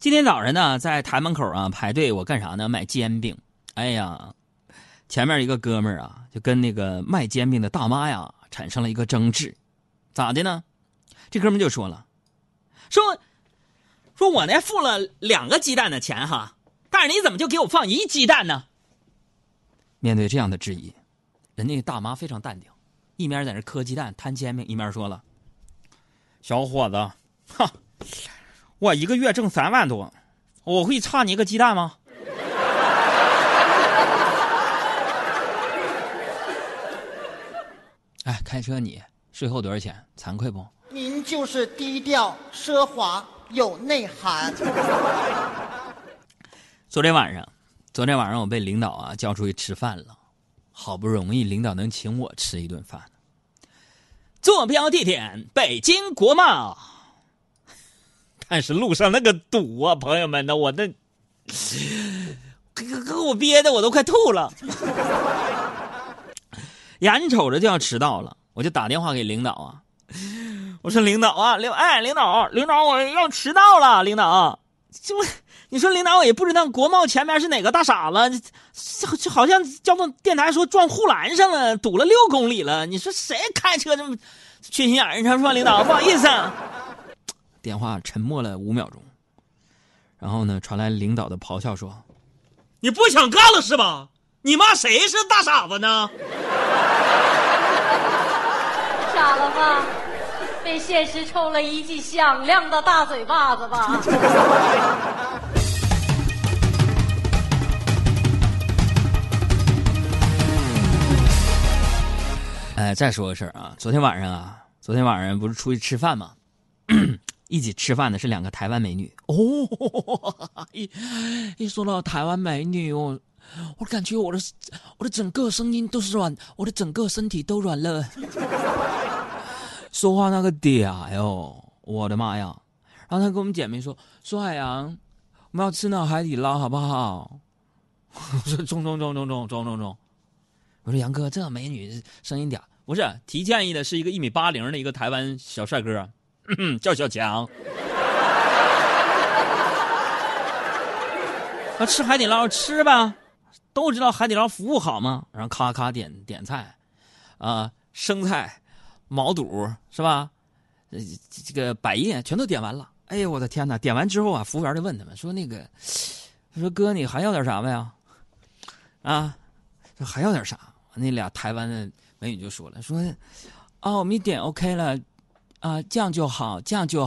今天早上呢，在台门口啊排队，我干啥呢？买煎饼。哎呀，前面一个哥们儿啊，就跟那个卖煎饼的大妈呀产生了一个争执。咋的呢？这哥们儿就说了，说我呢付了2个鸡蛋的钱哈，但是你怎么就给我放1鸡蛋呢？面对这样的质疑，人家大妈非常淡定，一面在那磕鸡蛋摊煎饼，一面说了：“小伙子，哈，我1个月挣3万多，我会差你1个鸡蛋吗？”哎，开车你税后多少钱？惭愧不？ 您就是低调奢华有内涵。 昨天晚上我被领导啊叫出去吃饭了，好不容易领导能请我吃一顿饭。坐标地点北京国贸，但是路上那个堵啊，朋友们呢，我给我憋的我都快吐了。眼瞅着就要迟到了，我就打电话给领导啊，我说领导啊，领导我要迟到了，领导，你说领导我也不知道国贸前面是哪个大傻子，就好像交通电台说撞护栏上了，堵了6公里了，你说谁开车这么缺心眼儿？你说领导不好意思啊。电话沉默了5秒钟，然后呢传来领导的咆哮说：“你不想干了是吧？你骂谁是大傻子呢？” 傻了吧？被现实抽了一记响亮的大嘴巴子吧？ 再说个事儿啊，昨天晚上不是出去吃饭吗？一起吃饭的是2个台湾美女哦。一说到台湾美女哦，我感觉我的整个声音都是软，我的整个身体都软了。说话那个嗲哟，我的妈呀！然后他跟我们姐妹说海洋，我们要吃那海底捞好不好？我说中。我说杨哥，这美女声音嗲，不是提建议的是一个1.80米的一个台湾小帅哥，叫小强。吃海底捞吃吧，都知道海底捞服务好嘛，然后咔咔点菜，生菜、毛肚是吧？这个百叶全都点完了。哎呦我的天哪！点完之后啊，服务员就问他们说说哥你还要点啥呀？说还要点啥？那俩台湾的美女就说了，说我们点 OK 了，酱就好。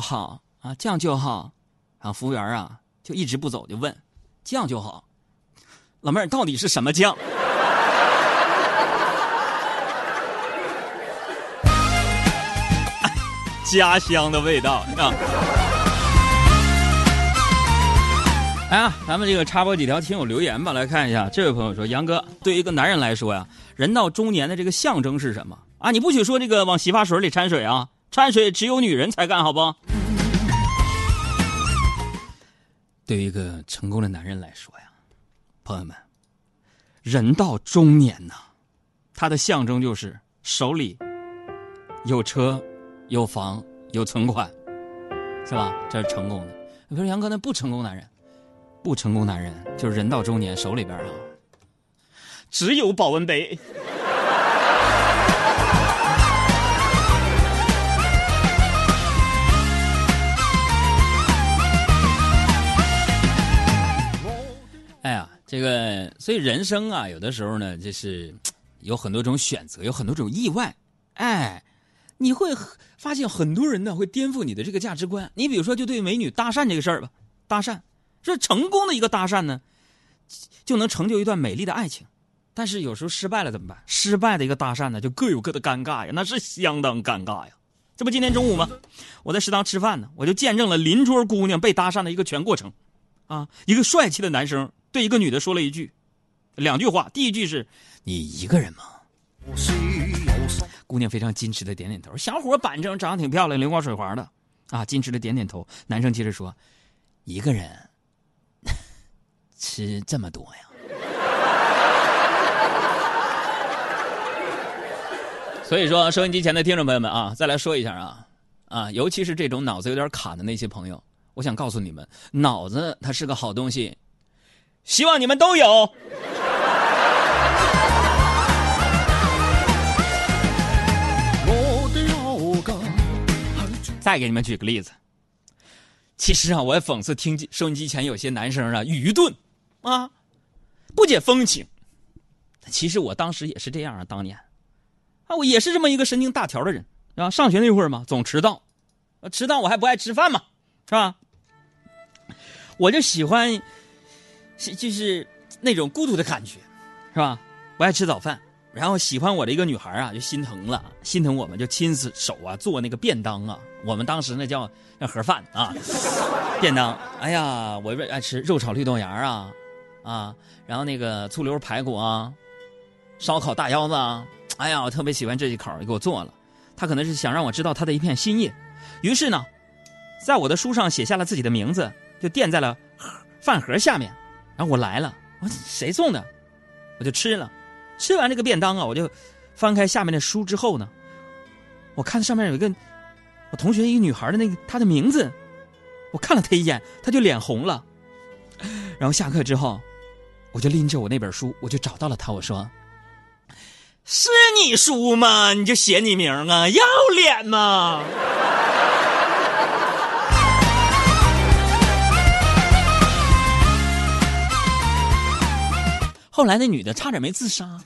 然后服务员啊就一直不走，就问酱就好，老妹儿到底是什么酱？家乡的味道啊！咱们这个插播几条听友留言吧，来看一下。这位朋友说：“杨哥，对于一个男人来说呀，人到中年的这个象征是什么啊？你不许说这个往洗发水里掺水啊，掺水只有女人才干，好不？”对于一个成功的男人来说呀，朋友们，人到中年呐，他的象征就是手里有车、有房、有存款，是吧？这是成功的。你说杨哥，那不成功男人就是人到中年手里边只有保温杯。哎呀，这个所以人生啊，有的时候呢，就是有很多种选择，有很多种意外。你会发现很多人呢会颠覆你的这个价值观。你比如说，就对美女搭讪这个事儿吧，搭讪是成功的一个搭讪呢，就能成就一段美丽的爱情。但是有时候失败了怎么办？失败的一个搭讪呢，就各有各的尴尬呀，那是相当尴尬呀。这不今天中午吗？我在食堂吃饭呢，我就见证了邻桌姑娘被搭讪的一个全过程。一个帅气的男生对一个女的说了2句话，第一句是：“你一个人吗？”姑娘非常矜持的点点头，小伙板正，长得挺漂亮，流光水滑的矜持的点点头。男生接着说：“一个人吃这么多呀？”所以说，收音机前的听众朋友们再来说一下尤其是这种脑子有点卡的那些朋友， 我想告诉你们，脑子它是个好东西，希望你们都有。再给你们举个例子，其实啊，我也讽刺听收音机前有些男生啊愚钝啊，不解风情。其实我当时也是这样啊，当年啊，我也是这么一个神经大条的人啊。上学那会儿嘛，总迟到，迟到我还不爱吃饭嘛，是吧？我就喜欢，就是那种孤独的感觉，是吧？不爱吃早饭。然后喜欢我的一个女孩啊，就心疼了，心疼我们就亲自手啊做那个便当啊，我们当时那叫盒饭啊，便当。哎呀，我爱吃肉炒绿豆芽啊，然后那个醋溜排骨啊，烧烤大腰子啊，哎呀，我特别喜欢这几口，给我做了。他可能是想让我知道他的一片心意，于是呢，在我的书上写下了自己的名字，就垫在了饭盒下面。然后我来了，我说谁送的？我就吃了。吃完这个便当啊，我就翻开下面的书之后呢，我看上面有一个我同学一个女孩的那个她的名字，我看了她一眼，她就脸红了。然后下课之后，我就拎着我那本书，我就找到了她，我说：“是你书吗？你就写你名啊，要脸吗？”后来那女的差点没自杀，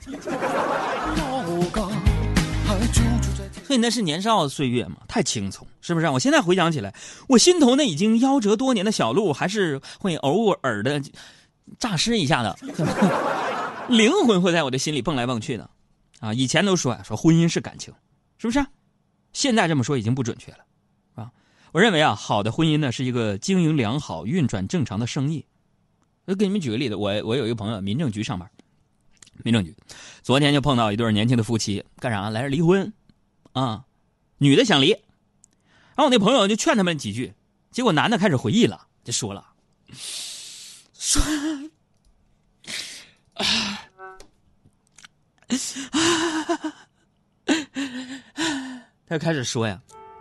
所以那是年少岁月嘛，太青葱，是不是？我现在回想起来，我心头那已经夭折多年的小鹿，还是会偶尔的诈尸一下的，灵魂会在我的心里蹦来蹦去的啊！以前都说婚姻是感情，是不是？现在这么说已经不准确了啊！我认为啊，好的婚姻呢是一个经营良好、运转正常的生意。我给你们举个例子，我有一个朋友，民政局上班，民政局，昨天就碰到一对年轻的夫妻，干啥？来这离婚，啊，女的想离，然后我那朋友就劝他们几句，结果男的开始回忆了，就说了，他就开始说呀，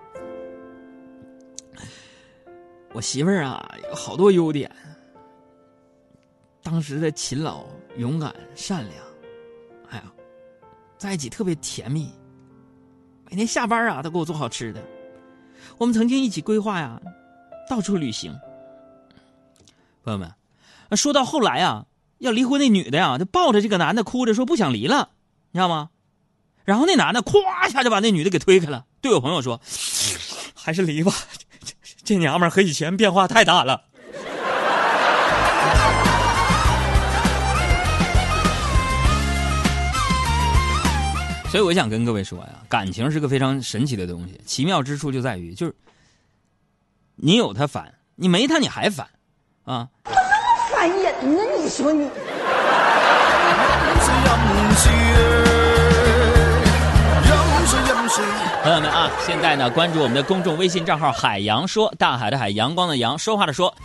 我媳妇儿啊有好多优点。当时的勤劳、勇敢、善良，哎呀，在一起特别甜蜜。每天下班啊，都给我做好吃的。我们曾经一起规划呀，到处旅行。朋友们，说到后来啊，要离婚那女的呀，就抱着这个男的哭着说不想离了，你知道吗？然后那男的咵一下就把那女的给推开了，对我朋友说：“还是离吧，这娘们儿和以前变化太大了。”所以我想跟各位说呀，感情是个非常神奇的东西，奇妙之处就在于，就是你有他烦，你没他你还烦，啊！ 怎么那么烦人呢？你说你。 朋友们啊，现在呢，关注我们的公众微信账号“海洋说”，大海的海，阳光的阳，说话的说。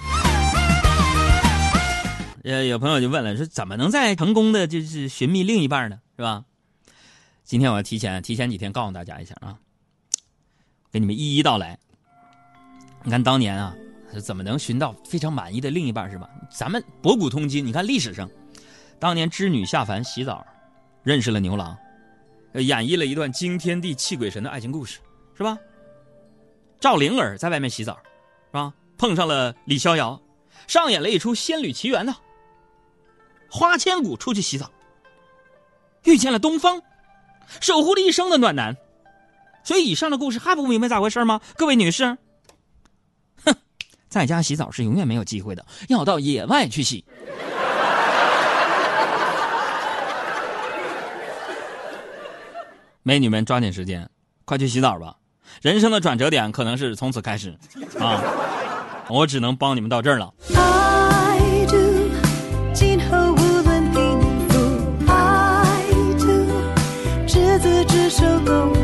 有朋友就问了，说怎么能在成功的就是寻觅另一半呢？是吧？今天我要提前几天告诉大家一下啊，给你们一一道来。你看当年啊，怎么能寻到非常满意的另一半是吧？咱们博古通今，你看历史上，当年织女下凡洗澡，认识了牛郎，演绎了一段惊天地泣鬼神的爱情故事，是吧？赵灵儿在外面洗澡，是吧？碰上了李逍遥，上演了一出仙侣奇缘呢。花千骨出去洗澡，遇见了东方，守护了一生的暖男。所以以上的故事还不明白咋回事吗？各位女士，哼，在家洗澡是永远没有机会的，要到野外去洗。美女们抓紧时间，快去洗澡吧！人生的转折点可能是从此开始啊！我只能帮你们到这儿了。 I do， 今后无论贫富 I do， 执子之手共